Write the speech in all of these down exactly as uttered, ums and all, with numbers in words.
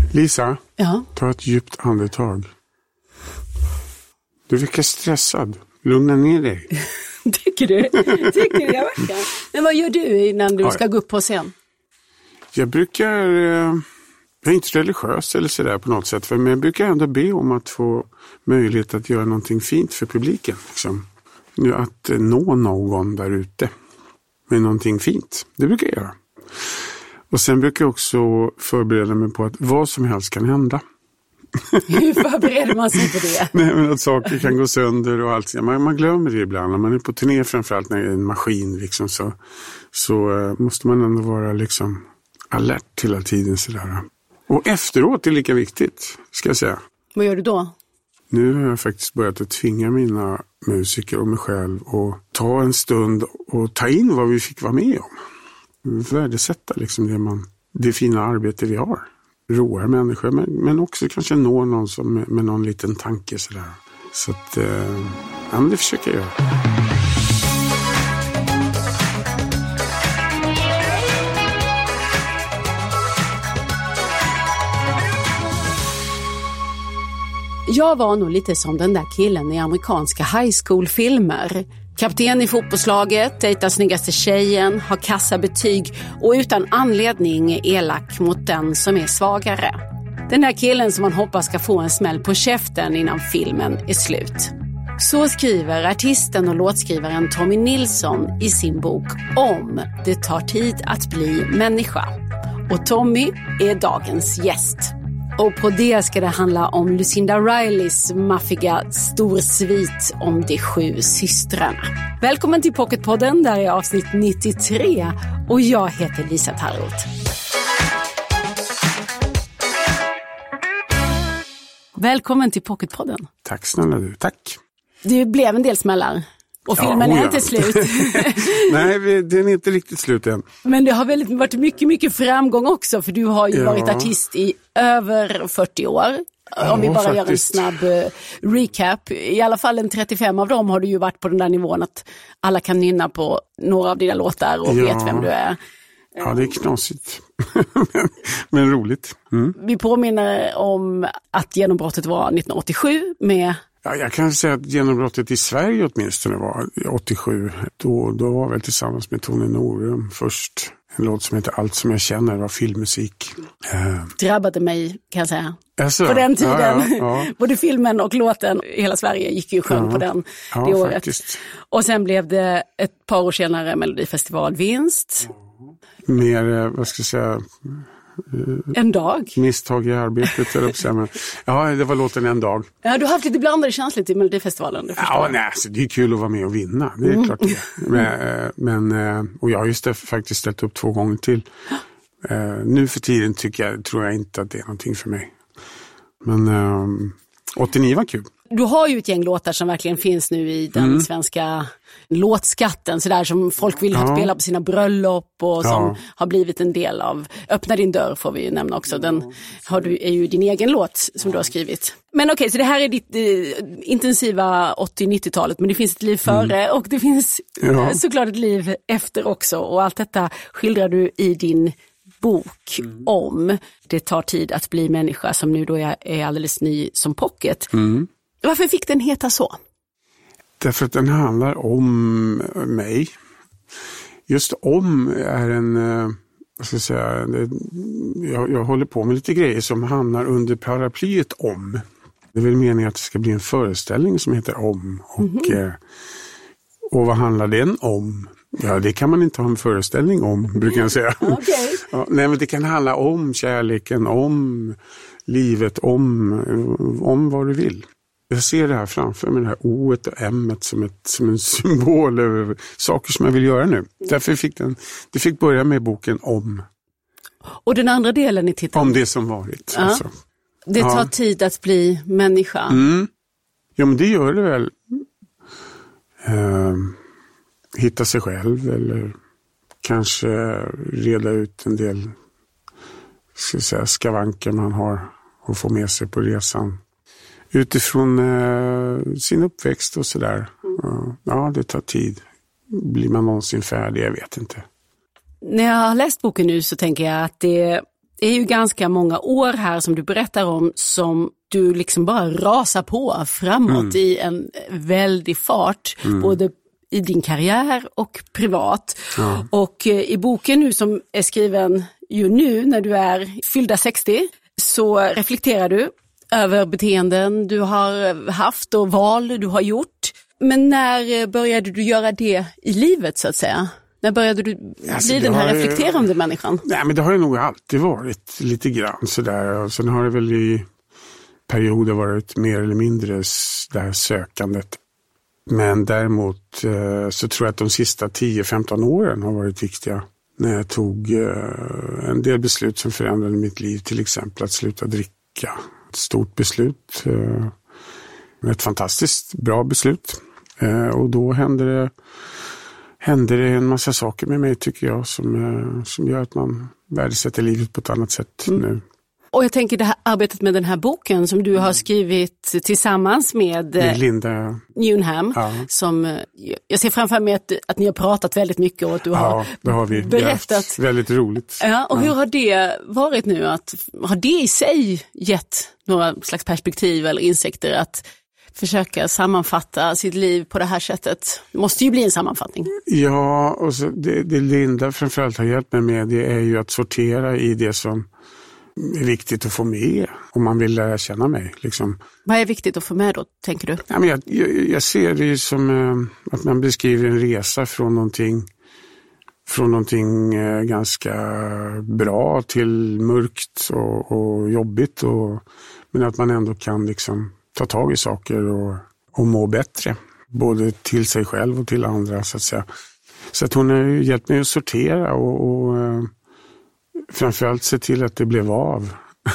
Lisa, ja. Ta ett djupt andetag. Du verkar stressad. Lugna ner dig. Tycker du? Tycker jag verkar. Men vad gör du innan du ska gå upp på scen? Jag brukar... Eh, jag är inte religiös eller sådär på något sätt. Men jag brukar ändå be om att få möjlighet att göra någonting fint för publiken. Liksom. Att nå någon där ute med någonting fint. Det brukar jag göra. Och sen brukar jag också förbereda mig på att vad som helst kan hända. Hur förbereder man sig på det? Nej, men att saker kan gå sönder och allt. Man, man glömmer det ibland. När man är på turné, framförallt när det är en maskin liksom, så, så uh, måste man ändå vara liksom alert hela tiden. Sådär. Och efteråt är lika viktigt, ska jag säga. Vad gör du då? Nu har jag faktiskt börjat att tvinga mina musiker och mig själv att ta en stund och ta in vad vi fick vara med om. Värdesätta liksom det, man, det fina arbete vi har. Roar människor, men, men också kanske nå någon som, med, med någon liten tanke sådär. Så att, eh, ja, men det försöker jag göra. Jag var nog lite som den där killen i amerikanska high school-filmer. Kapten i fotbollslaget, dejtar snyggaste tjejen, har kassabetyg och utan anledning elak mot den som är svagare. Den där killen som man hoppas ska få en smäll på käften innan filmen är slut. Så skriver artisten och låtskrivaren Tommy Nilsson i sin bok Om det tar tid att bli människa. Och Tommy är dagens gäst. Och på det ska det handla om Lucinda Rileys maffiga storsvit om de sju systrarna. Välkommen till Pocketpodden, där är avsnitt nittiotre och jag heter Lisa Tarroth. Välkommen till Pocketpodden. Tack snälla du, tack. Det blev en del smällar. Och filmen ja, är inte slut. Nej, den är inte riktigt slut än. Men det har väldigt, varit mycket, mycket framgång också. För du har ju ja. varit artist i över fyrtio år. Ja, om vi bara faktiskt. gör en snabb uh, recap. I alla fall en trettiofem av dem har du ju varit på den där nivån att alla kan nynna på några av dina låtar och ja. vet vem du är. Ja, det är knasigt. men, men roligt. Mm. Vi påminner om att genombrottet var nittonhundraåttiosju med... Ja, jag kan säga att genombrottet i Sverige åtminstone var åttiosju. Då, då var väl tillsammans med Tony Norum först en låt som heter Allt som jag känner, var filmmusik. Uh. Drabbade mig, kan jag säga. Alltså, på den tiden. Ja, ja, ja. Både filmen och låten, hela Sverige gick ju sjön ja, på den ja, det året. Faktiskt. Och sen blev det ett par år senare Melodifestivalvinst. Mer, vad ska jag säga... En dag. Misstag i arbetet. Eller på ja, det var låten En dag. Ja, du har haft lite blandade känslor till Melodifestivalen. Ja, nej, så det är kul att vara med och vinna. Det är mm. klart det. Men, men, och jag har ju stä- faktiskt ställt upp två gånger till. Uh, nu för tiden tycker jag, tror jag inte att det är någonting för mig. Men um, åttionio var kul. Du har ju ett gäng låtar som verkligen finns nu i den mm. svenska låtskatten. Sådär som folk vill ha ja. spela på sina bröllop och som ja. har blivit en del av Öppna din dörr, får vi ju nämna också. Den har du, är ju din egen låt som du har skrivit. Men okej, okay, så det här är ditt eh, intensiva åttio-nittiotalet, men det finns ett liv före mm. och det finns ja. såklart ett liv efter också. Och allt detta skildrar du i din bok mm. om Det tar tid att bli människa, som nu då är, är alldeles ny som Pocket. Mm. Varför fick den heta så? Därför att den handlar om mig. Just om är en, vad ska jag säga, det, jag, jag håller på med lite grejer som hamnar under paraplyet om. Det är väl meningen att det ska bli en föreställning som heter Om. Och, mm-hmm. och vad handlar den om? Ja, det kan man inte ha en föreställning om, brukar jag säga. Okay. Ja, nej, men det kan handla om kärleken, om livet, om, om vad du vill. Jag ser det här framför mig, det här O-et och M-et som, ett, som en symbol över saker som jag vill göra nu. Därför fick den, det fick börja med boken Om. Och den andra delen i titeln? Om det som varit. Ja. Alltså. Det tar ja. tid att bli människa. Mm. Ja, men det gör det väl. Uh, hitta sig själv eller kanske reda ut en del, ska jag säga, skavanker man har och få med sig på resan. Utifrån eh, sin uppväxt och sådär. Mm. Ja, det tar tid. Blir man någonsin färdig? Jag vet inte. När jag har läst boken nu så tänker jag att det Det är ju ganska många år här som du berättar om som du liksom bara rasar på framåt mm. i en väldig fart. Mm. Både i din karriär och privat. Ja. Och i boken nu som är skriven ju nu när du är fyllda sextio så reflekterar du över beteenden du har haft och val du har gjort. Men när började du göra det i livet så att säga? När började du alltså, bli den här har, reflekterande människan? Nej, men det har ju nog alltid varit lite grann sådär. Sen har det väl i perioder varit mer eller mindre det här sökandet. Men däremot eh, så tror jag att de sista tio femton åren har varit viktiga. När jag tog eh, en del beslut som förändrade mitt liv. Till exempel att sluta dricka. Ett stort beslut. Eh, ett fantastiskt bra beslut. Eh, och då hände det, hände det en massa saker med mig tycker jag. Som, eh, som gör att man värdesätter livet på ett annat sätt mm. nu. Och jag tänker det här arbetet med den här boken som du har skrivit tillsammans med, med Linda Newnham. Ja. Som, jag ser framför mig att, att ni har pratat väldigt mycket och att du har, ja, det har vi. berättat. Ja, väldigt roligt. Ja, och ja. Hur har det varit nu? Att, har det i sig gett några slags perspektiv eller insikter att försöka sammanfatta sitt liv på det här sättet? Det måste ju bli en sammanfattning. Ja, och så det, det Linda framförallt har hjälpt mig med det är ju att sortera i det som är viktigt att få med om man vill lära känna mig. Liksom. Vad är viktigt att få med då, tänker du? Ja, men jag, jag, jag ser det ju som eh, att man beskriver en resa från någonting, från någonting eh, ganska bra till mörkt och, och jobbigt. Och, men att man ändå kan liksom, ta tag i saker och, och må bättre. Både till sig själv och till andra så att säga. Så att hon har ju hjälpt mig att sortera och... och eh, framförallt se till att det blev av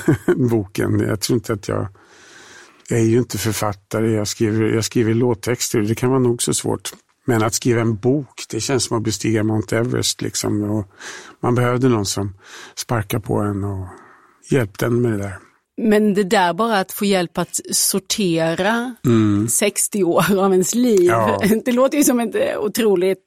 boken. Jag tror inte att jag... Jag är ju inte författare. Jag skriver, jag skriver låttexter. Det kan vara nog så svårt. Men att skriva en bok, det känns som att bestiga Mount Everest. Liksom. Och man behövde någon som sparkar på en och hjälpte en med det där. Men det där bara att få hjälp att sortera mm. sextio år av ens liv. Ja. Det låter ju som ett otroligt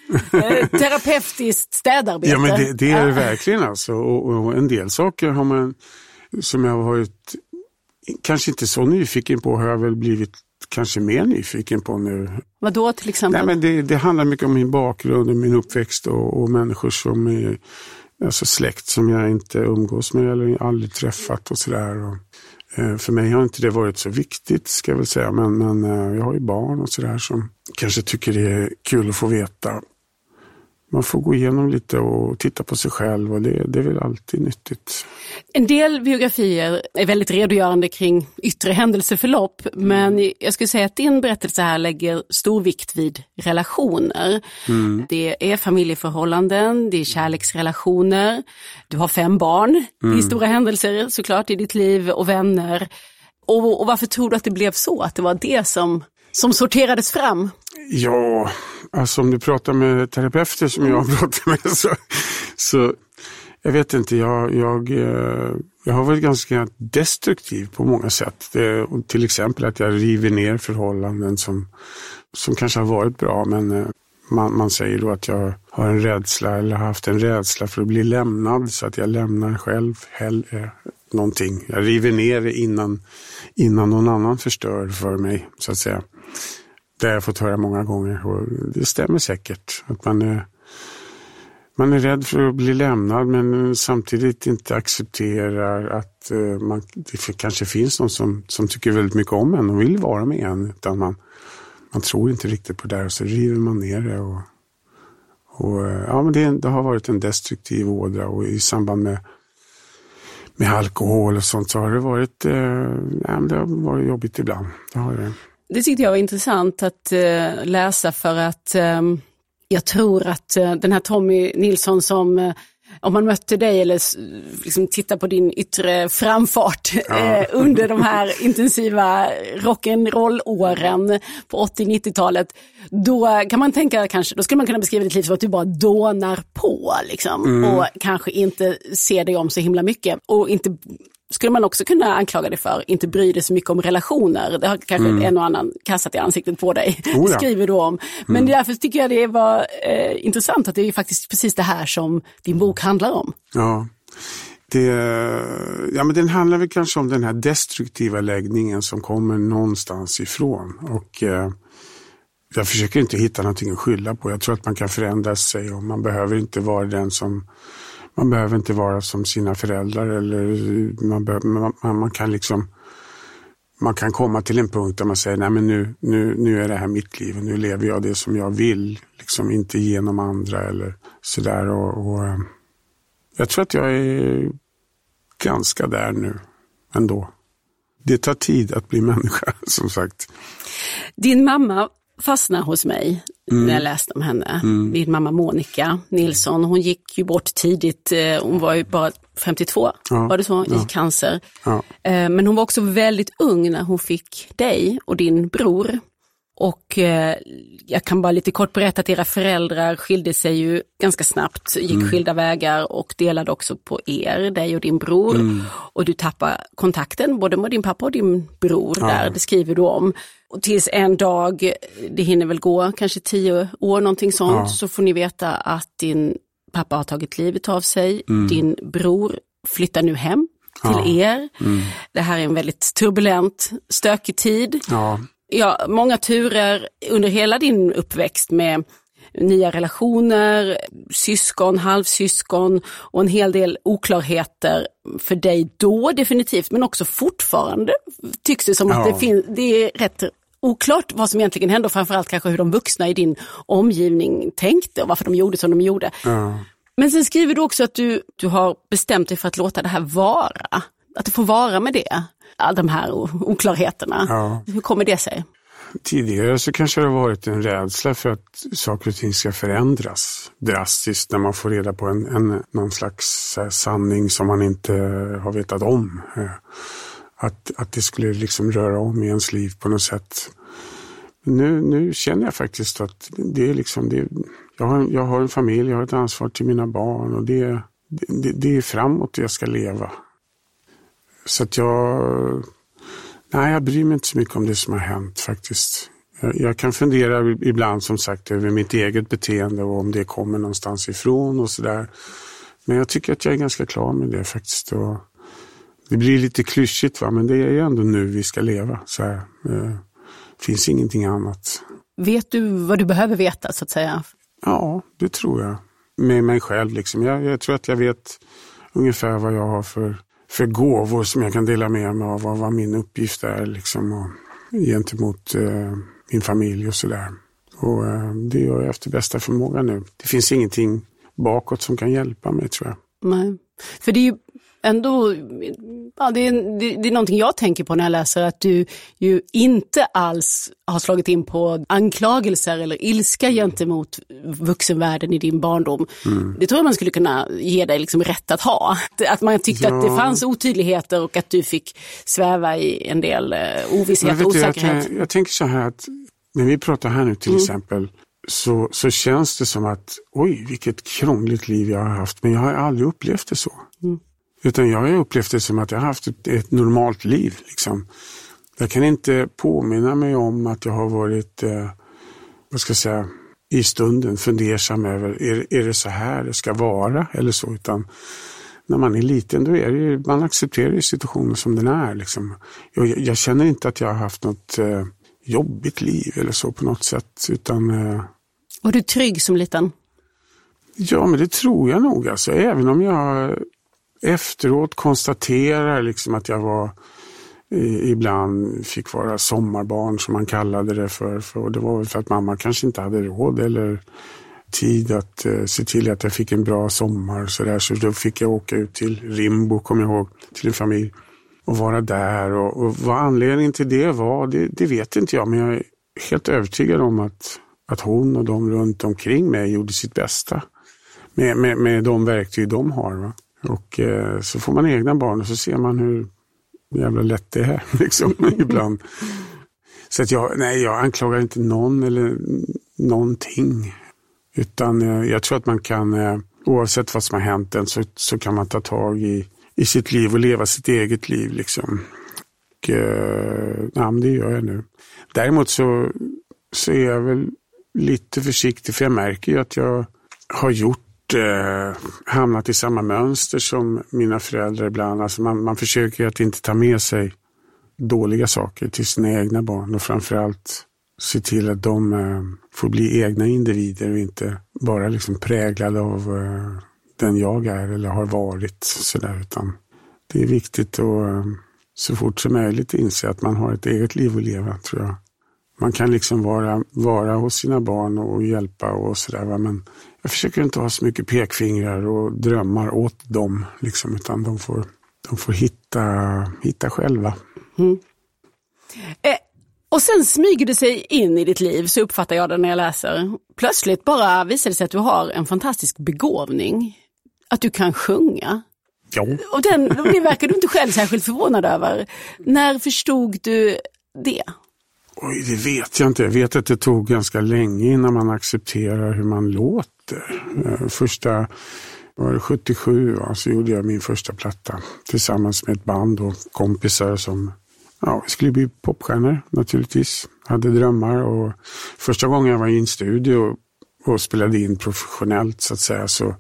eh, terapeutiskt städarbete. Ja, men det, det är det verkligen alltså. Och, och en del saker har man, som jag har varit kanske inte så nyfiken på, har jag väl blivit kanske mer nyfiken på nu. Vad då till exempel? Nej, men det, det handlar mycket om min bakgrund och min uppväxt och, och människor som är... Alltså släkt som jag inte umgås med eller aldrig träffat och sådär. Och, eh, för mig har inte det varit så viktigt ska jag väl säga. Men, men eh, jag har ju barn och sådär som kanske tycker det är kul att få veta. Man får gå igenom lite och titta på sig själv och det, det är väl alltid nyttigt. En del biografier är väldigt redogörande kring yttre händelseförlopp, men jag skulle säga att din berättelse här lägger stor vikt vid relationer. Mm. Det är familjeförhållanden, det är kärleksrelationer, du har fem barn, mm. det är stora händelser såklart i ditt liv och vänner. Och, och varför tror du att det blev så? Att det var det som, som sorterades fram? Ja, alltså om du pratar med terapeuter som jag pratar med så, så jag vet inte, jag, jag, jag har varit ganska destruktiv på många sätt. Det, till exempel att jag river ner förhållanden som, som kanske har varit bra, men man, man säger då att jag har en rädsla eller har haft en rädsla för att bli lämnad så att jag lämnar själv hellre någonting. Jag river ner det innan, innan någon annan förstör för mig så att säga. Det har jag fått höra många gånger och det stämmer säkert. Att man är, man är rädd för att bli lämnad men samtidigt inte accepterar att uh, man, det kanske finns någon som, som tycker väldigt mycket om en och vill vara med en. Utan man, man tror inte riktigt på det där och så river man ner det. Och, och, ja, men det, det har varit en destruktiv ådra och i samband med, med alkohol och sånt så har det varit, uh, ja, det har varit jobbigt ibland. Det har det. Det tyckte jag var intressant att uh, läsa för att um, jag tror att uh, den här Tommy Nilsson som, uh, om man mötte dig eller liksom tittar på din yttre framfart ja. uh, under de här intensiva rock'n'roll-åren på åttio-nittiotalet, då kan man tänka kanske, då skulle man kunna beskriva ditt liv som att du bara dånar på liksom, mm. och kanske inte ser dig om så himla mycket och inte... Skulle man också kunna anklaga dig för inte bry dig så mycket om relationer. Det har kanske mm. en och annan kastat i ansiktet på dig. Oh ja. Skriver du om. Men mm. därför tycker jag det var eh, intressant att det är faktiskt precis det här som din bok handlar om. Ja, Det, ja, men den handlar väl kanske om den här destruktiva läggningen som kommer någonstans ifrån. Och eh, jag försöker inte hitta någonting att skylla på. Jag tror att man kan förändra sig och man behöver inte vara den som man behöver inte vara som sina föräldrar eller man, behöver, man, man kan liksom man kan komma till en punkt där man säger nej men nu, nu, nu är det här mitt liv och nu lever jag det som jag vill, liksom inte genom andra eller sådär och, och jag tror att jag är ganska där nu ändå. Det tar tid att bli människa, som sagt. Din mamma fastnade hos mig mm. när jag läste om henne. Mm. Din mamma Monica Nilsson, hon gick ju bort tidigt. Hon var ju bara femtiotvå, ja. Var det så? Ja. I cancer. Ja. Men hon var också väldigt ung när hon fick dig och din bror. Och eh, jag kan bara lite kort berätta att era föräldrar skilde sig ju ganska snabbt, gick mm. skilda vägar och delade också på er, dig och din bror. Mm. Och du tappade kontakten både med din pappa och din bror ja. Där, det skriver du om. Och tills en dag, det hinner väl gå kanske tio år, någonting sånt, ja. Så får ni veta att din pappa har tagit livet av sig. Mm. Din bror flyttar nu hem till ja. Er. Mm. Det här är en väldigt turbulent, stökig tid. Ja. Ja, många turer under hela din uppväxt med nya relationer, syskon, halvsyskon och en hel del oklarheter för dig då definitivt, men också fortfarande tycks det som ja. Att det, fin- det är rätt oklart vad som egentligen hände och framförallt kanske hur de vuxna i din omgivning tänkte och varför de gjorde som de gjorde. Ja. Men sen skriver du också att du, du har bestämt dig för att låta det här vara, att du får vara med det. Alla de här oklarheterna. Ja. Hur kommer det sig? Tidigare så kanske det har varit en rädsla för att saker och ting ska förändras drastiskt när man får reda på en, en, någon slags här, sanning som man inte har vetat om. Att, att det skulle liksom röra om i ens liv på något sätt. Nu, nu känner jag faktiskt att det är liksom, det, jag, har, jag har en familj, jag har ett ansvar till mina barn och det, det, det är framåt jag ska leva. Så att jag, nej jag bryr mig inte så mycket om det som har hänt faktiskt. Jag, jag kan fundera ibland som sagt över mitt eget beteende och om det kommer någonstans ifrån och sådär. Men jag tycker att jag är ganska klar med det faktiskt. Och det blir lite klyschigt va, men det är ju ändå nu vi ska leva. Så här, eh, finns ingenting annat. Vet du vad du behöver veta så att säga? Ja, det tror jag. Med mig själv liksom. Jag, jag tror att jag vet ungefär vad jag har för... för gåvor som jag kan dela med mig av vad, vad min uppgift är liksom, och gentemot eh, min familj och sådär. Och eh, det gör jag efter bästa förmåga nu. Det finns ingenting bakåt som kan hjälpa mig tror jag. Nej, för det är ju ändå, ja, det, är, det, det är någonting jag tänker på när jag läser att du ju inte alls har slagit in på anklagelser eller ilska gentemot vuxenvärlden i din barndom. Mm. Det tror jag man skulle kunna ge dig liksom rätt att ha. Att man tyckte ja. Att det fanns otydligheter och att du fick sväva i en del uh, ovisshet och osäkerhet. Jag, jag tänker så här att när vi pratar här nu till mm. exempel så, så känns det som att oj vilket krångligt liv jag har haft, men jag har aldrig upplevt det så. Mm. Utan jag har upplevt det som att jag har haft ett, ett normalt liv. Liksom. Jag kan inte påminna mig om att jag har varit eh, vad ska jag säga, i stunden fundersam över är, är det så här det ska vara eller så. Utan när man är liten då är det ju, man accepterar ju situationen som den är. Liksom. Jag, jag känner inte att jag har haft något eh, jobbigt liv eller så på något sätt. Utan, eh, var du trygg som liten? Ja men det tror jag nog. Alltså, även om jag efteråt konstaterar liksom att jag var ibland fick vara sommarbarn som man kallade det för, för det var väl för att mamma kanske inte hade råd eller tid att uh, se till att jag fick en bra sommar så där, så då fick jag åka ut till Rimbo, kommer jag ihåg, till en familj och vara där och, och vad anledningen till det var det, det vet inte jag, men jag är helt övertygad om att, att hon och de runt omkring mig gjorde sitt bästa med, med, med de verktyg de har va? Och eh, så får man egna barn och så ser man hur jävla lätt det är liksom, ibland. Så att jag, nej, jag anklagar inte någon eller någonting. Utan eh, jag tror att man kan, eh, oavsett vad som har hänt än, så, så kan man ta tag i, i sitt liv och leva sitt eget liv. Liksom. Och, eh, ja, men det gör jag nu. Däremot så, så är jag väl lite försiktig, för jag märker ju att jag har gjort eh, hamnat i samma mönster som mina föräldrar ibland. Alltså man, man försöker att inte ta med sig dåliga saker till sina egna barn och framförallt se till att de eh, får bli egna individer och inte bara liksom präglade av eh, den jag är eller har varit sådär, utan det är viktigt att eh, så fort som möjligt inse att man har ett eget liv att leva, tror jag. Man kan liksom vara, vara hos sina barn och hjälpa och sådär, va? Men jag försöker inte ha så mycket pekfingrar och drömmar åt dem liksom, utan de får, de får hitta, hitta själva. Mm. Eh, och sen smyger det sig in i ditt liv, så uppfattar jag det när jag läser. Plötsligt bara visar det sig att du har en fantastisk begåvning. Att du kan sjunga. Ja. Och, den, och det verkar du inte själv särskilt förvånad över. När förstod du det? Oj, det vet jag inte. Jag vet att det tog ganska länge innan man accepterar hur man låter. Första var det sjuttiosju, va, så gjorde jag min första platta tillsammans med ett band och kompisar som ja, skulle bli popstjärnor naturligtvis. Hade drömmar, och första gången jag var i en studio och spelade in professionellt så att säga, så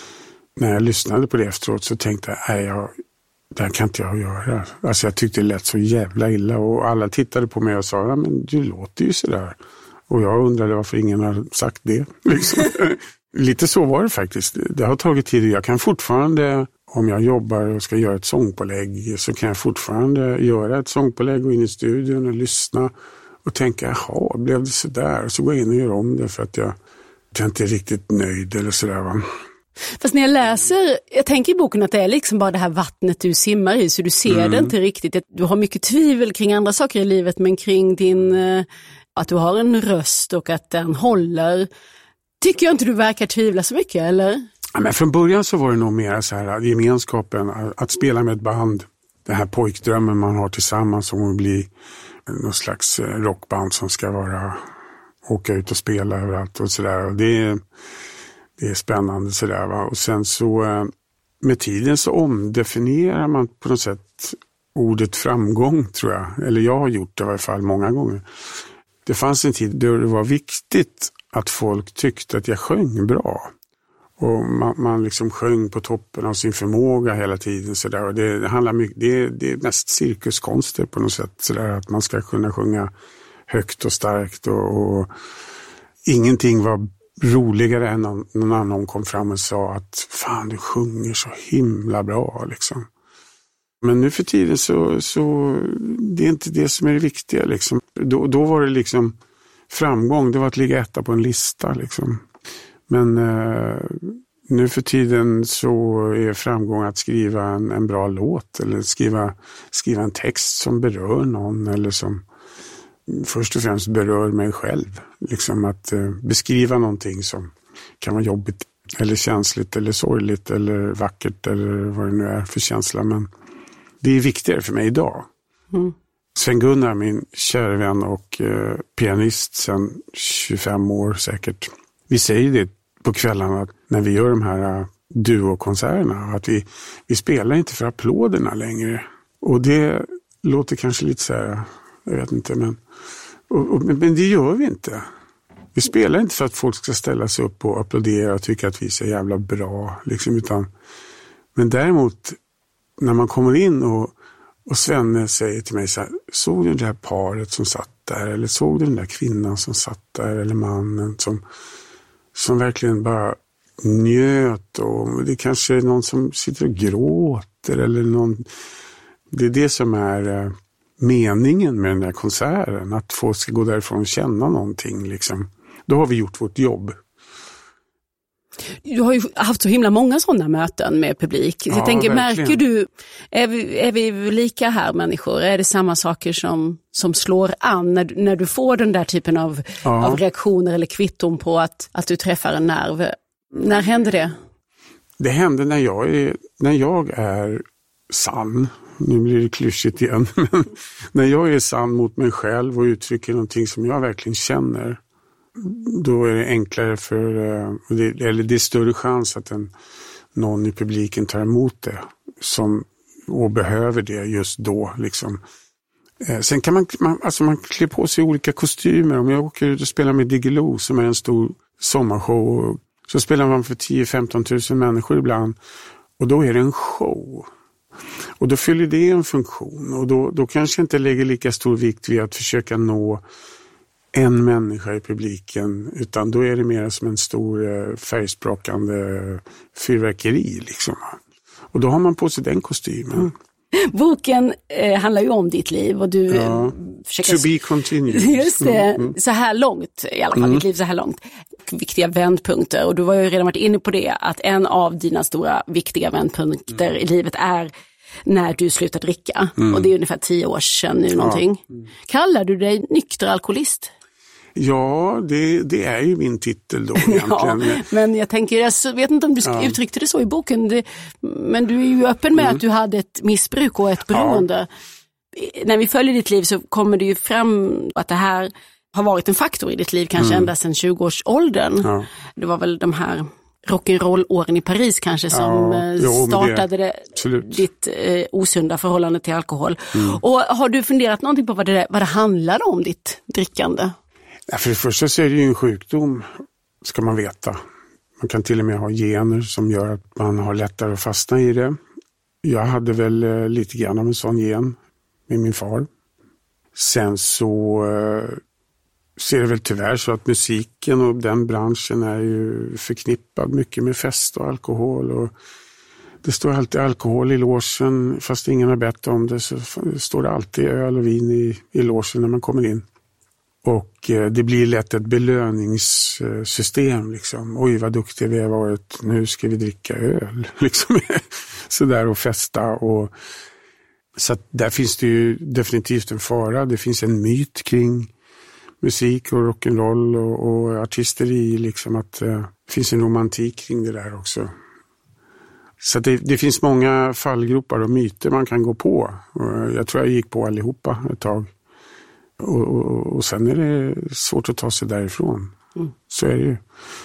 när jag lyssnade på det efteråt så tänkte jag, nej, jag, det här kan inte jag göra. Alltså jag tyckte det lät så jävla illa, och alla tittade på mig och sa, ja, men du låter ju sådär. Och jag undrade varför ingen har sagt det. Liksom. Lite så var det faktiskt. Det har tagit tid. Jag kan fortfarande, om jag jobbar och ska göra ett sångpålägg, så kan jag fortfarande göra ett sångpålägg och in i studion och lyssna och tänka, jaha, blev det sådär? Och så går jag in och gör om det för att jag, jag inte är riktigt nöjd eller sådär, va. Fast när jag läser, jag tänker i boken att det är liksom bara det här vattnet du simmar i, så du ser mm. det inte riktigt. Du har mycket tvivel kring andra saker i livet, men kring din, att du har en röst och att den håller, tycker jag inte du verkar tvivla så mycket, eller? Ja, men från början så var det nog mer så här, gemenskapen, att spela med ett band, den här pojkdrömmen man har tillsammans om att bli någon slags rockband som ska vara, åka ut och spela överallt och sådär. Och det är Det är spännande sådär, va. Och sen så med tiden så omdefinierar man på något sätt ordet framgång, tror jag. Eller jag har gjort det i alla fall många gånger. Det fanns en tid då det var viktigt att folk tyckte att jag sjöng bra. Och man, man liksom sjöng på toppen av sin förmåga hela tiden sådär. Och det, det handlar mycket, det, det är mest cirkuskonster på något sätt sådär, att man ska kunna sjunga högt och starkt och, och ingenting var roligare än någon, någon annan kom fram och sa att fan, du sjunger så himla bra liksom. Men nu för tiden så, så det är inte det som är det viktiga liksom. Då, då var det liksom framgång, det var att ligga etta på en lista liksom. Men eh, nu för tiden så är framgång att skriva en, en bra låt eller skriva, skriva en text som berör någon eller som först och främst berör mig själv. Liksom att eh, beskriva någonting som kan vara jobbigt eller känsligt eller sorgligt eller vackert eller vad det nu är för känsla. Men det är viktigare för mig idag. Mm. Sven-Gunnar, min kära vän och eh, pianist sedan tjugofem år säkert. Vi säger det på kvällarna när vi gör de här uh, duokonserterna. Att vi, vi spelar inte för applåderna längre. Och det låter kanske lite så här, jag vet inte, men, och, och, men det gör vi inte. Vi spelar inte för att folk ska ställa sig upp och applådera och tycka att vi är så jävla bra. Liksom, utan, men däremot när man kommer in och, och Svenne säger till mig så här, såg du det där paret som satt där? Eller såg du den där kvinnan som satt där? Eller mannen som, som verkligen bara njöt. Och det kanske är någon som sitter och gråter. Eller någon, det är det som är meningen med den där konserten. Att folk ska gå därifrån och känna någonting. Liksom. Då har vi gjort vårt jobb. Du har ju haft så himla många sådana möten med publik. Ja, jag tänker, verkligen. Märker du, är vi, är vi lika här människor? Är det samma saker som, som slår an när, när du får den där typen av, ja. av reaktioner eller kvitton på att, att du träffar en nerv? När händer det? Det händer när jag är, när jag är sann. Nu blir det klyschigt igen. Men när jag är sann mot mig själv och uttrycker någonting som jag verkligen känner, då är det enklare för, eller det är större chans att en, någon i publiken tar emot det som, och behöver det just då. Liksom. Sen kan man, man, alltså man klär på sig olika kostymer. Om jag åker ut och spelar med Diggiloo som är en stor sommarshow, Så spelar man för tio till femton tusen människor ibland. Och då är det en show. Och då fyller det en funktion. Och då, då kanske inte lägger lika stor vikt vid att försöka nå en människa i publiken. Utan då är det mer som en stor färgsprakande fyrverkeri liksom. Och då har man på sig den kostymen. Mm. Boken eh, handlar ju om ditt liv och du ja. försöker... To be continued. Just det, mm, mm. så här långt, i alla fall mm. ditt liv så här långt. Viktiga vändpunkter, och du var ju redan varit inne på det, att en av dina stora viktiga vändpunkter mm. i livet är när du slutar dricka. Mm. Och det är ungefär tio år sedan nu någonting. Ja. Mm. Kallar du dig nykter alkoholist? Ja, det, det är ju min titel då egentligen. Ja, men jag tänker, jag vet inte om du ja. uttryckte det så i boken, det, men du är ju öppen med mm. att du hade ett missbruk och ett beroende. Ja. När vi följer ditt liv så kommer det ju fram att det här har varit en faktor i ditt liv, kanske mm. ända sedan tjugo-årsåldern. Ja. Det var väl de här rock'n'roll-åren i Paris kanske som ja, jo, startade det, det, ditt eh, osunda förhållande till alkohol. Mm. Och har du funderat någonting på vad det, vad det handlar om, ditt drickande? Ja, för det första så är det ju en sjukdom, ska man veta. Man kan till och med ha gener som gör att man har lättare att fastna i det. Jag hade väl eh, lite grann av en sån gen med min far. Sen så eh, ser det väl tyvärr så att musiken och den branschen är ju förknippad mycket med fest och alkohol. Och det står alltid alkohol i logen, fast ingen har bett om det, så står det alltid öl och vin i, i logen när man kommer in. Och eh, det blir lätt ett belöningssystem liksom. Oj, vad duktiga vi har varit, nu ska vi dricka öl liksom. Sådär och festa. Och så att där finns det ju definitivt en fara. Det finns en myt kring musik och rock'n'roll och, och artisteri liksom, att eh, det finns en romantik kring det där också. Så det, det finns många fallgropar och myter man kan gå på. Och jag tror jag gick på allihopa ett tag. Och, och, och sen är det svårt att ta sig därifrån. Mm. Så är det ju.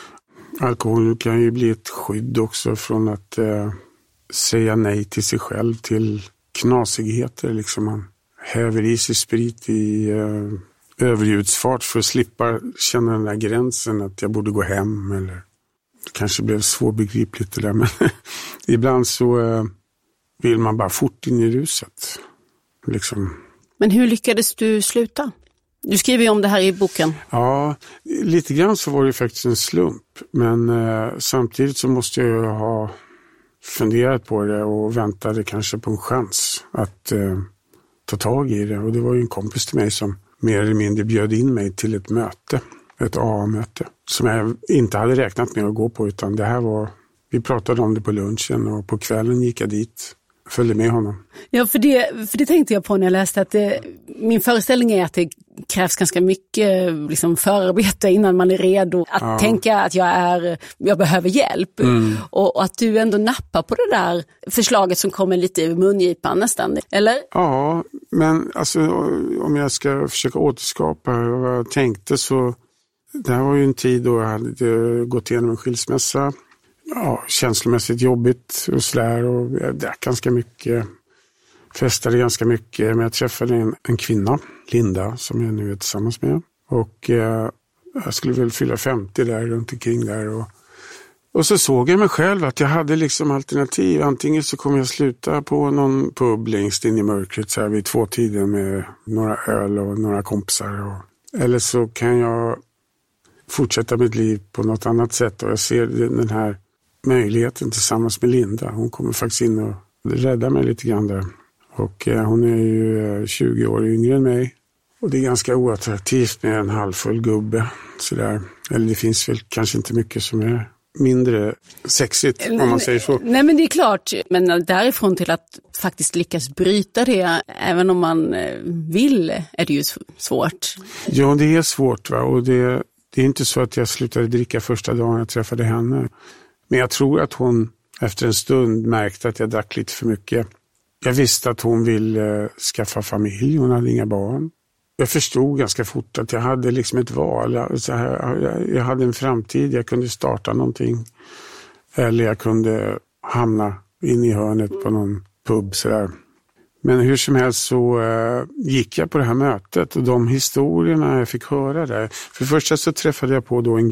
Alkohol kan ju bli ett skydd också från att eh, säga nej till sig själv, till knasigheter. Liksom man häver i sig sprit i eh, överljudsfart för att slippa känna den där gränsen att jag borde gå hem. Eller det kanske blev svårbegripligt det där, men ibland så eh, vill man bara fort in i ruset. Liksom. Men hur lyckades du sluta? Du skriver ju om det här i boken. Ja, lite grann så var det faktiskt en slump. Men eh, samtidigt så måste jag ha funderat på det och väntade kanske på en chans att eh, ta tag i det. Och det var ju en kompis till mig som mer eller mindre bjöd in mig till ett möte, ett A A-möte. Som jag inte hade räknat med att gå på, utan det här var, vi pratade om det på lunchen och på kvällen gick jag dit. Följde med honom. Ja, för det, för det tänkte jag på när jag läste att det, min föreställning är att det krävs ganska mycket liksom, förarbete innan man är redo att ja. tänka att jag, är, jag behöver hjälp. Mm. Och, och att du ändå nappar på det där förslaget som kommer lite i mungipan nästan, eller? Ja, men alltså, om jag ska försöka återskapa vad jag tänkte, så det här var ju en tid då jag hade gått igenom en skilsmässa. Ja, känslomässigt jobbigt och sådär, och jag drack ganska mycket, festade ganska mycket, men jag träffade en, en kvinna, Linda, som jag nu är tillsammans med, och eh, jag skulle väl fylla femtio där runt omkring där, och, och så såg jag mig själv att jag hade liksom alternativ. Antingen så kommer jag sluta på någon pub längst in i mörkret så här vid två tiden med några öl och några kompisar, och, eller så kan jag fortsätta mitt liv på något annat sätt, och jag ser den här möjligheten tillsammans med Linda. Hon kommer faktiskt in och räddar mig lite grann där. Och eh, hon är ju eh, tjugo år yngre än mig. Och det är ganska oattraktivt med en halvfull gubbe. Sådär. Eller det finns väl kanske inte mycket som är mindre sexigt, om man säger så. Nej, men det är klart. Men därifrån till att faktiskt lyckas bryta det, även om man vill, är det ju svårt. Ja, det är svårt, va. Och det, det är inte så att jag slutade dricka första dagen jag träffade henne. Men jag tror att hon efter en stund märkte att jag drack lite för mycket. Jag visste att hon ville skaffa familj, hon hade inga barn. Jag förstod ganska fort att jag hade liksom ett val. Så här, jag hade en framtid, jag kunde starta någonting. Eller jag kunde hamna in i hörnet på någon pub. Så där. Men hur som helst så uh, gick jag på det här mötet, och de historierna jag fick höra där. För det första så träffade jag på då en grupp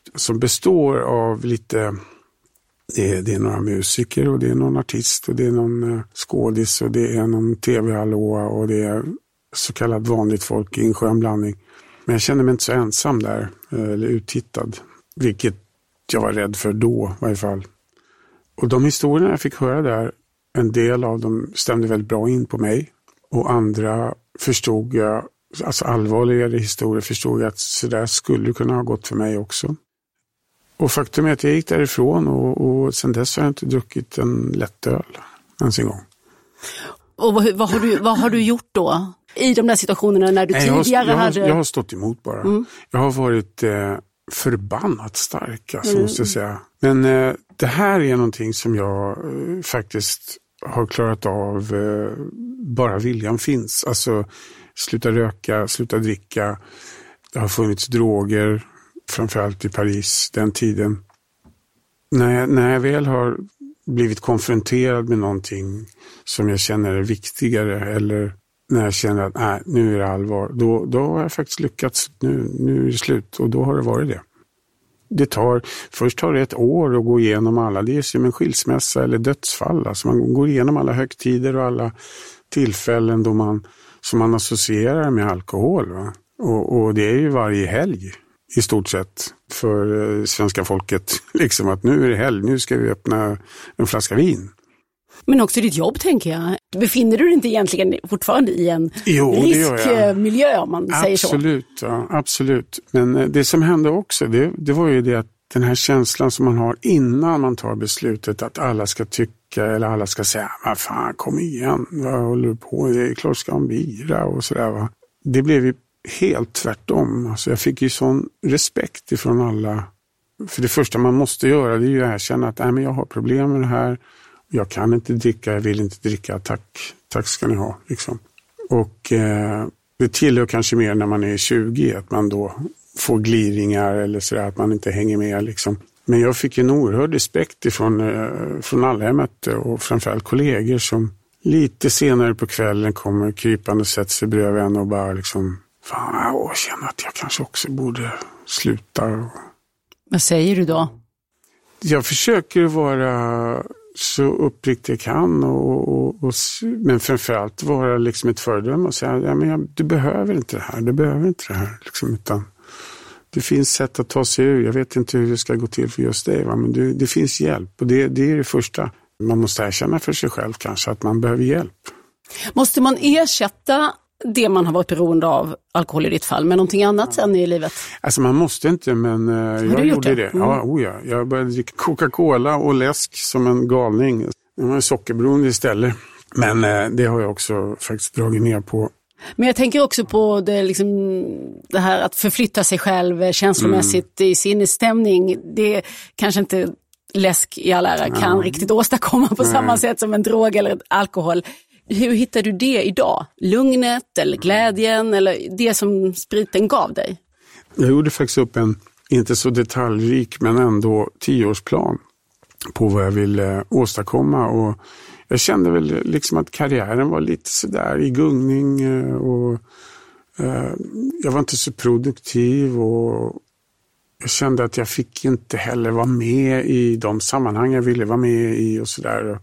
som består av lite, det är, det är några musiker och det är någon artist och det är någon skådis och det är någon tv-hallåa och det är så kallat vanligt folk i en skön blandning. Men jag kände mig inte så ensam där, eller uttittad, vilket jag var rädd för då i varje fall. Och de historierna jag fick höra där, en del av dem stämde väldigt bra in på mig och andra förstod jag, alltså allvarligare historier förstod jag att så där skulle kunna ha gått för mig också. Och faktum är att jag gick därifrån och, och sen dess har jag inte druckit en lättöl ens en gång. Och vad, vad, har du, vad har du gjort då i de där situationerna när du Nej, tidigare jag har, jag har, hade... Jag har stått emot bara. Mm. Jag har varit eh, förbannat stark, alltså, mm. måste jag säga. Men eh, det här är någonting som jag eh, faktiskt har klarat av eh, bara viljan finns. Alltså sluta röka, sluta dricka. Det har funnits droger, framförallt i Paris den tiden. När jag, när jag väl har blivit konfronterad med någonting som jag känner är viktigare eller när jag känner att nej, nu är det allvar, då, då har jag faktiskt lyckats, nu, nu är det slut och då har det varit det. Det tar, först tar det ett år att gå igenom alla, det är som en skilsmässa eller dödsfall, alltså man går igenom alla högtider och alla tillfällen då man, som man associerar med alkohol, va? Och, och det är ju varje helg i stort sett för eh, svenska folket, liksom att nu är det helg, nu ska vi öppna en flaska vin. Men också ditt jobb, tänker jag. Befinner du dig inte egentligen fortfarande i en jo, riskmiljö, om man absolut, säger så? Absolut, ja, absolut. Men det som hände också, det, det var ju det att den här känslan som man har innan man tar beslutet att alla ska tycka eller alla ska säga, vad fan, kom igen, vad håller du på? Det är klart ska en bira och sådär, va. Det blev ju helt tvärtom. Alltså jag fick ju sån respekt ifrån alla. För det första man måste göra, det är ju att erkänna att nej, men jag har problem med det här. Jag kan inte dricka, jag vill inte dricka, tack, tack ska ni ha. Liksom. Och eh, det tillhör kanske mer när man är tjugo, att man då får gliringar eller sådär, att man inte hänger med. Liksom. Men jag fick en oerhörd respekt ifrån, eh, från alla jag mötte och framförallt kollegor som lite senare på kvällen kommer krypande och sätter sig bredvid en och bara liksom, fan, jag känner att jag kanske också borde sluta. Vad säger du då? Jag försöker vara så uppriktigt jag kan och, och, och, men framförallt vara liksom ett föredöme och säga, ja, men jag, du behöver inte det här, du behöver inte det här liksom, utan det finns sätt att ta sig ur. Jag vet inte hur det ska gå till för just dig, va? Men det, det finns hjälp och det, det är det första. Man måste erkänna för sig själv kanske att man behöver hjälp. Måste man ersätta det man har varit beroende av, alkohol i ditt fall, med någonting annat sen i livet? Alltså man måste inte, men uh, jag gjorde det. det. Mm. Ja, oh ja, jag började dricka Coca-Cola och läsk som en galning. Jag var sockerberoende istället. Men uh, det har jag också faktiskt dragit ner på. Men jag tänker också på det, liksom, det här att förflytta sig själv känslomässigt mm. i sinnesstämning. Det kanske inte läsk i all ära kan ja. riktigt åstadkomma på Nej. samma sätt som en drog eller alkohol. Hur hittar du det idag? Lugnet eller glädjen eller det som spriten gav dig? Jag gjorde faktiskt upp en, inte så detaljrik men ändå tioårsplan på vad jag ville åstadkomma. Och jag kände väl liksom att karriären var lite sådär i gungning och eh, jag var inte så produktiv och jag kände att jag fick inte heller vara med i de sammanhang jag ville vara med i och sådär.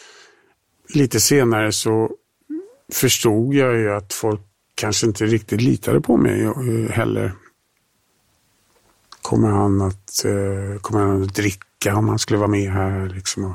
Lite senare så förstod jag ju att folk kanske inte riktigt litade på mig heller. Kommer han att, kommer han att dricka om han skulle vara med här? Liksom.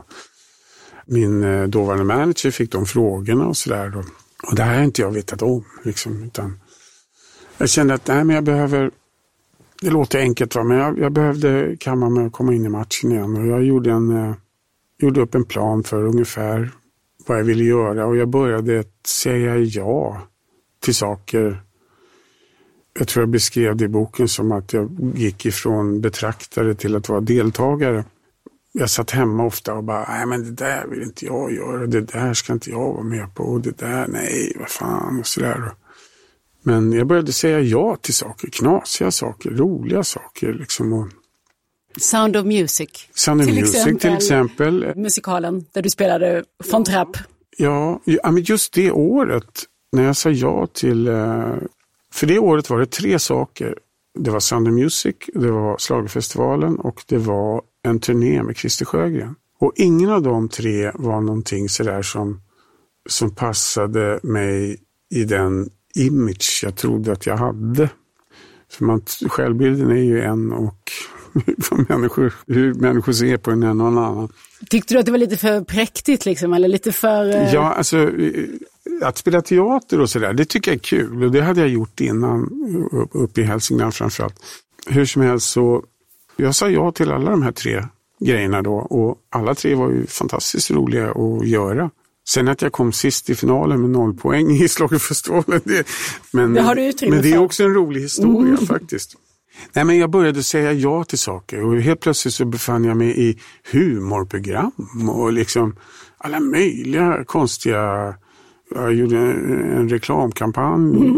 Min dåvarande manager fick de frågorna och sådär. Och det här har inte jag vetat om. Liksom, utan jag kände att nej, men jag behöver, det låter enkelt, va? Men jag, jag behövde kamma mig att komma in i matchen igen. Och jag gjorde, en, gjorde upp en plan för ungefär vad jag ville göra och jag började säga ja till saker. Jag tror jag beskrev det i boken som att jag gick ifrån betraktare till att vara deltagare. Jag satt hemma ofta och bara, nej men det där vill inte jag göra, det där ska inte jag vara med på, och det där, nej vad fan och sådär. Men jag började säga ja till saker, knasiga saker, roliga saker liksom. Och Sound of Music. Sound of till Music exempel, till exempel. Musikalen där du spelade von Trapp. Ja, ja, men just det året när jag sa ja till, för det året var det tre saker Det var Sound of Music, det var Schlagerfestivalen och det var en turné med Christer Sjögren. Och ingen av de tre var någonting sådär som, som passade mig i den image jag trodde att jag hade. För man, självbilden är ju en och människor, hur människor ser på en, en och en annan. Tyckte du att det var lite för präktigt liksom, eller lite för... Eh... Ja, alltså att spela teater och sådär, det tycker jag är kul. Och det hade jag gjort innan, uppe i Hälsingland framförallt. Hur som helst så, jag sa ja till alla de här tre grejerna då. Och alla tre var ju fantastiskt roliga att göra. Sen att jag kom sist i finalen med noll poäng i Schlagerfestivalen, det, men, det har du utrymme men det är för. också en rolig historia mm. faktiskt. Nej, men jag började säga ja till saker och helt plötsligt så befann jag mig i humorprogram och liksom alla möjliga konstiga, jag gjorde en reklamkampanj. Mm.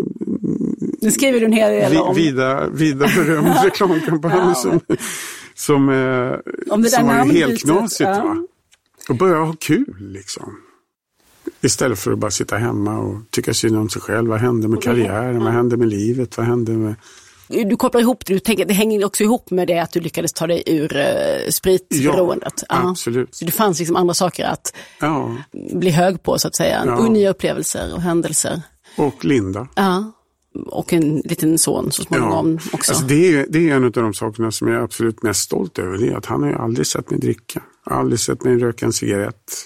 Nu skriver du en hel del om. Vida, vida berömd reklamkampanj ja. som, som, om det som var helt knasigt ja. va. Och börja ha kul liksom. Istället för att bara sitta hemma och tycka synd om sig själv. Vad hände med karriären? Vad hände med livet? Vad hände med... Du kopplar ihop det. Du tänker att det hänger också ihop med det att du lyckades ta dig ur uh, spritberoendet. Ja, ja, absolut. Så det fanns liksom andra saker att ja. bli hög på så att säga. Ja. Och nya upplevelser och händelser. Och Linda. Ja. Och en liten son så småningom ja. också. Alltså det, är, det är en av de sakerna som jag är absolut mest stolt över. Det är att han har ju aldrig sett mig dricka. Aldrig sett mig röka en cigarett.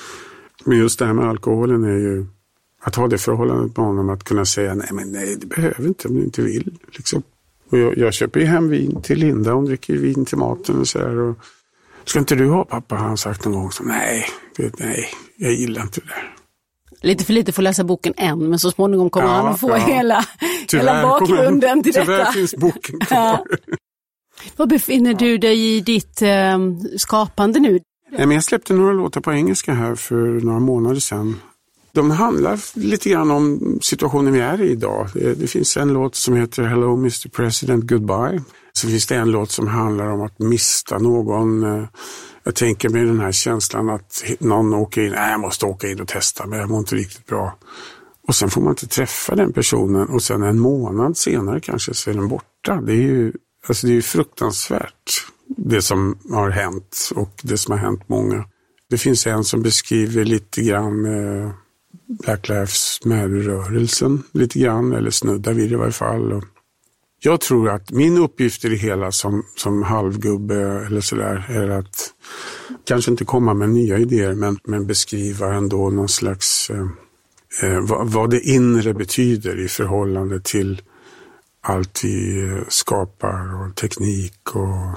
Men just det här med alkoholen är ju att ha det förhållandet med honom, att kunna säga nej men nej, det behöver inte om du inte vill. Liksom. Och jag, jag köper ju hem vin till Linda, hon dricker vin till maten och sådär. Och, ska inte du ha pappa, har han sagt någon gång. Så, nej, det, nej, jag gillar inte det där. Lite för lite för läsa boken än, men så småningom kommer ja, han att få ja. hela, tyvärr, hela bakgrunden kommer, till detta. Tyvärr finns boken kvar. Ja. Var befinner ja. du dig i ditt eh, skapande nu? Nej, men jag släppte några låtar på engelska här för några månader sedan. De handlar lite grann om situationen vi är i idag. Det, det finns en låt som heter Hello mister President Goodbye. Så finns det en låt som handlar om att mista någon. Jag tänker med den här känslan att någon åker in. Nej, jag måste åka in och testa, men jag mår inte riktigt bra. Och sen får man inte träffa den personen. Och sen en månad senare kanske så är den borta. Det är ju, alltså det är ju fruktansvärt. Det som har hänt och det som har hänt många. Det finns en som beskriver lite grann eh, Black Lives Matter-rörelsen lite grann, eller snuddar vid det i varje fall. Och jag tror att min uppgift i det hela som, som halvgubbe eller sådär är att kanske inte komma med nya idéer men, men beskriva ändå någon slags eh, eh, vad, vad det inre betyder i förhållande till allt vi skapar och teknik och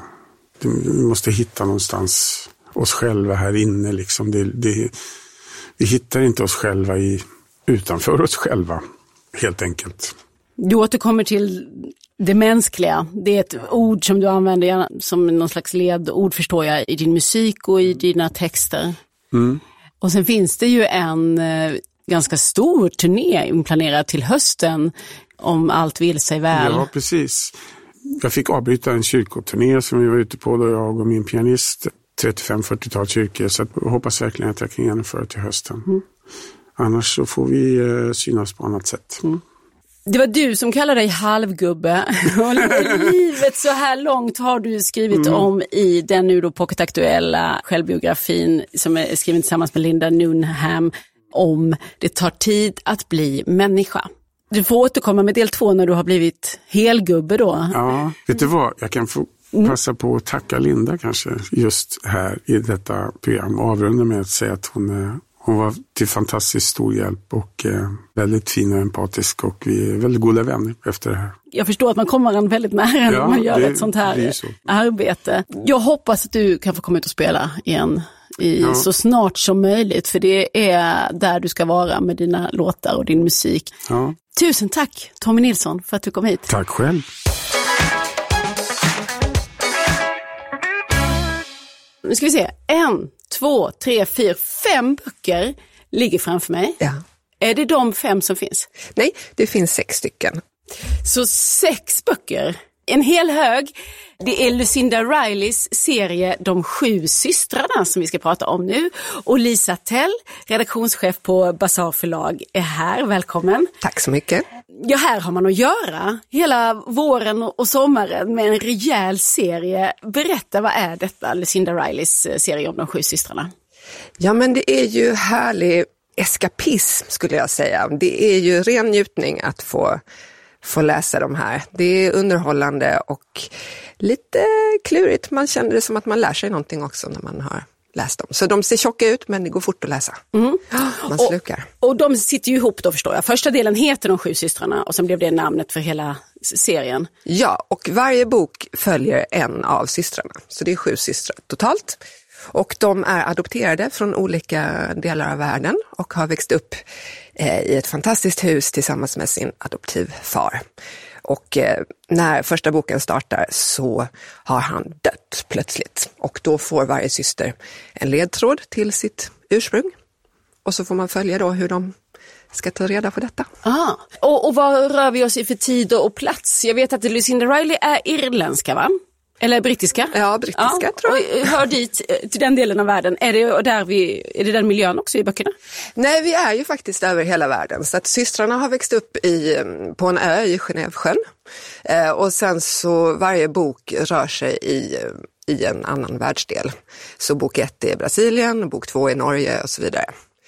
vi måste hitta någonstans oss själva här inne. Liksom. Det, det, vi hittar inte oss själva i, utanför oss själva, helt enkelt. Du återkommer till det mänskliga. Det är ett ord som du använder som någon slags ledord, förstår jag, i din musik och i dina texter. Mm. Och sen finns det ju en eh, ganska stor turné planerad till hösten om allt vill sig väl. Ja, precis. Jag fick avbryta en kyrkoturné som vi var ute på då, jag och min pianist, trettiofem fyrtiotal kyrkor, så jag hoppas verkligen att jag kan genomföra till hösten. Mm. Annars så får vi eh, synas på annat sätt. Mm. Det var du som kallade dig halvgubbe. Och livet så här långt har du skrivit mm. om i den nu då pocketaktuella självbiografin som är skriven tillsammans med Linda Newnham om det tar tid att bli människa. Du får återkomma med del två när du har blivit helgubbe då. Ja, vet du vad? Jag kan få passa på att tacka Linda kanske just här i detta program. Avrunda med att säga att hon, hon var till fantastiskt stor hjälp och eh, väldigt fin och empatisk och vi är väldigt goda vänner efter det här. Jag förstår att man kommer en väldigt nära när ja, man gör det, ett sånt här så. arbete. Jag hoppas att du kan få komma ut och spela igen i ja. så snart som möjligt, för det är där du ska vara med dina låtar och din musik. Ja. Tusen tack Tommy Nilsson för att du kom hit. Tack själv. Nu ska vi se. En, två, tre, fyra, fem böcker ligger framför mig. Ja. Är det de fem som finns? Nej, det finns sex stycken. Så sex böcker. En hel hög. Det är Lucinda Rileys serie De sju systrarna som vi ska prata om nu. Och Lisa Tell, redaktionschef på Bazar förlag, är här. Välkommen. Tack så mycket. Ja, här har man att göra hela våren och sommaren med en rejäl serie. Berätta, vad är detta, Lucinda Rileys serie om de sju systrarna? Ja, men det är ju härlig eskapism skulle jag säga. Det är ju ren njutning att få, få läsa de här. Det är underhållande och lite klurigt. Man känner det som att man lär sig någonting också när man har läst dem. Så de ser tjocka ut, men det går fort att läsa. Mm. Man slukar. Och, och de sitter ju ihop då, förstår jag. Första delen heter De sju systrarna och sen blev det namnet för hela serien. Ja, och varje bok följer en av systrarna. Så det är sju systrar totalt. Och de är adopterade från olika delar av världen och har växt upp eh, i ett fantastiskt hus tillsammans med sin adoptivfar. Och eh, när första boken startar så har han dött plötsligt. Och då får varje syster en ledtråd till sitt ursprung. Och så får man följa då hur de ska ta reda på detta. Ah. Och, och vad rör vi oss i för tid och plats? Jag vet att Lucinda Riley är irländska, va? Eller brittiska? Ja, brittiska ja, tror jag. Och hör dit till den delen av världen. Är det, där vi, är det den miljön också i böckerna? Nej, vi är ju faktiskt över hela världen. Så att systrarna har växt upp i, på en ö i Genèvesjön. Eh, och sen så varje bok rör sig i, i en annan världsdel. Så bok ett är Brasilien, bok två är Norge och så vidare.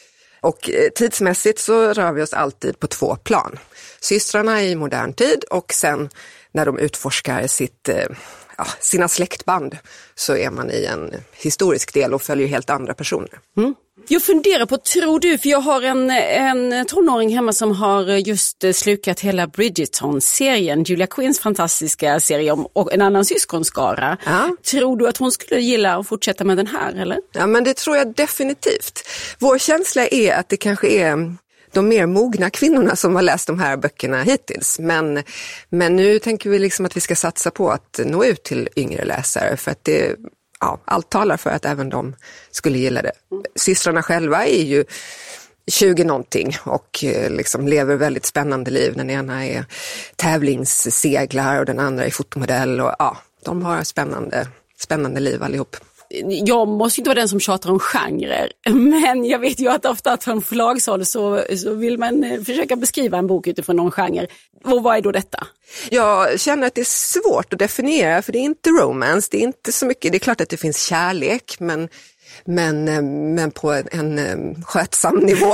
Och eh, tidsmässigt så rör vi oss alltid på två plan. Systrarna i modern tid och sen när de utforskar sitt... Eh, Ja, sina släktband så är man i en historisk del och följer helt andra personer. Mm. Jag funderar på, tror du, för jag har en, en tonåring hemma som har just slukat hela Bridgerton-serien, Julia Quinns fantastiska serie om och en annan syskonskara. Ja. Tror du att hon skulle gilla att fortsätta med den här, eller? Ja, men det tror jag definitivt. Vår känsla är att det kanske är... de mer mogna kvinnorna som har läst de här böckerna hittills. Men, men nu tänker vi liksom att vi ska satsa på att nå ut till yngre läsare. För att det, ja, allt talar för att även de skulle gilla det. Systrarna själva är ju tjugo någonting och liksom lever väldigt spännande liv. Den ena är tävlingsseglar och den andra är fotomodell. Och, ja, de har spännande, spännande liv allihop. Jag måste inte vara den som tjatar om genrer, men jag vet ju att ofta att från förlagshåll så, så vill man försöka beskriva en bok utifrån någon genre. Och vad är då detta? Jag känner att det är svårt att definiera, för det är inte romance, det är inte så mycket, det är klart att det finns kärlek, men Men, men på en, en skötsam nivå.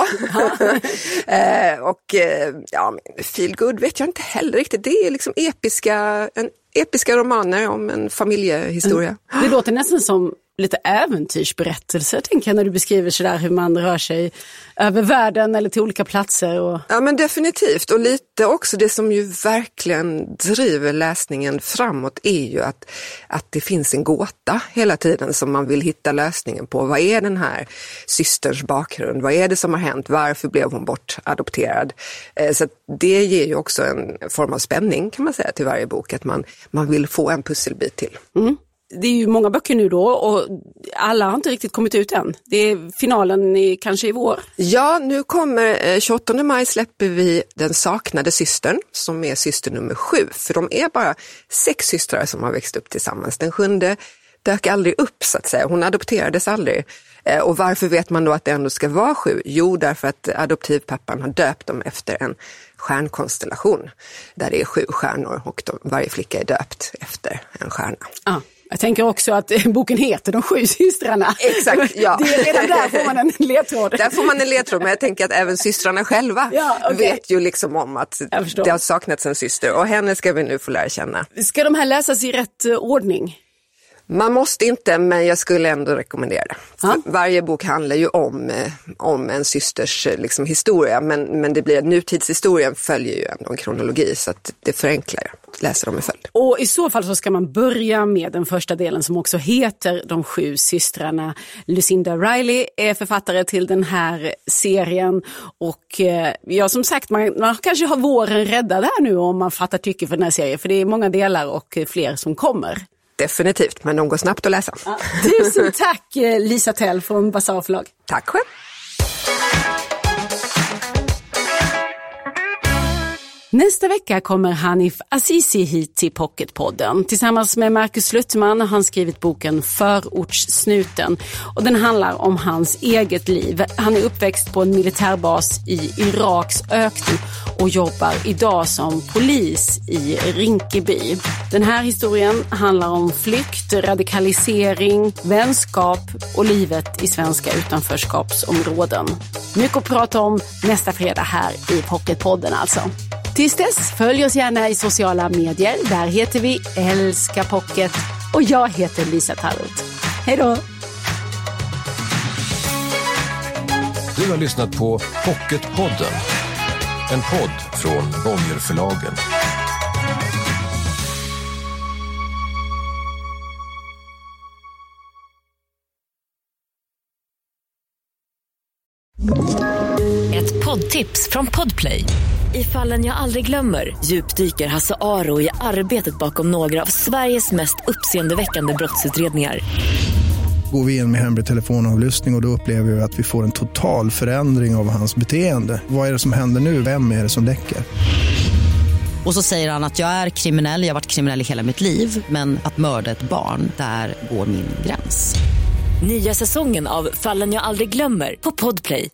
eh, och ja, feel good vet jag inte heller riktigt. Det är liksom episka, en, episka romaner om en familjehistoria. Mm. Det låter nästan som lite äventyrsberättelser, tänker jag, när du beskriver sådär hur man rör sig över världen eller till olika platser. Och... Ja, men definitivt. Och lite också det som ju verkligen driver läsningen framåt är ju att, att det finns en gåta hela tiden som man vill hitta lösningen på. Vad är den här systerns bakgrund? Vad är det som har hänt? Varför blev hon bortadopterad? Så det ger ju också en form av spänning, kan man säga, till varje bok. Att man, man vill få en pusselbit till. Mm. Det är ju många böcker nu då och alla har inte riktigt kommit ut än. Det är finalen i, kanske i vår. Ja, nu kommer tjugoåttonde maj släpper vi Den saknade systern som är syster nummer sju. För de är bara sex systrar som har växt upp tillsammans. Den sjunde dök aldrig upp så att säga. Hon adopterades aldrig. Och varför vet man då att det ändå ska vara sju? Jo, därför att adoptivpappan har döpt dem efter en stjärnkonstellation. Där det är sju stjärnor och de, varje flicka är döpt efter en stjärna. Ah. Jag tänker också att boken heter De sju systrarna. Exakt, ja. Det är redan där får man en ledtråd. Där får man en ledtråd, men jag tänker att även systrarna själva ja, okay. vet ju liksom om att det har saknats en syster. Och henne ska vi nu få lära känna. Ska de här läsas i rätt ordning? Man måste inte, men jag skulle ändå rekommendera det. Ja. Varje bok handlar ju om, om en systers liksom, historia, men, men det blir nutidshistorien följer ju ändå en kronologi, så att det förenklar att läsa dem i följd. Och i så fall så ska man börja med den första delen som också heter De sju systrarna. Lucinda Riley är författare till den här serien och ja, som sagt, man, man kanske har våren räddad här nu om man fattar tycke för den här serien, för det är många delar och fler som kommer. Definitivt, men de går snabbt att läsa. Ja, tusen tack Lisa Tell från Bazar förlag. Tack själv. Nästa vecka kommer Hanif Azizi hit till Pocketpodden. Tillsammans med Marcus Sluttman har han skrivit boken Förortssnuten. Och den handlar om hans eget liv. Han är uppväxt på en militärbas i Iraks öken och jobbar idag som polis i Rinkeby. Den här historien handlar om flykt, radikalisering, vänskap och livet i svenska utanförskapsområden. Mycket att prata om nästa fredag här i Pocketpodden alltså. Tills dess, följ oss gärna i sociala medier. Där heter vi Älska Pocket och jag heter Lisa Tallroth. Hej då! Du har lyssnat på Pocketpodden. En podd från Bonnierförlagen. Ett poddtips från Podplay. I Fallen jag aldrig glömmer djupdyker Hasse Aro i arbetet bakom några av Sveriges mest uppseendeväckande brottsutredningar. Går vi in med hemlig telefonavlyssning och, och då upplever vi att vi får en total förändring av hans beteende. Vad är det som händer nu? Vem är det som läcker? Och så säger han att jag är kriminell, jag har varit kriminell i hela mitt liv. Men att mörda ett barn, där går min gräns. Nya säsongen av Fallen jag aldrig glömmer på Podplay.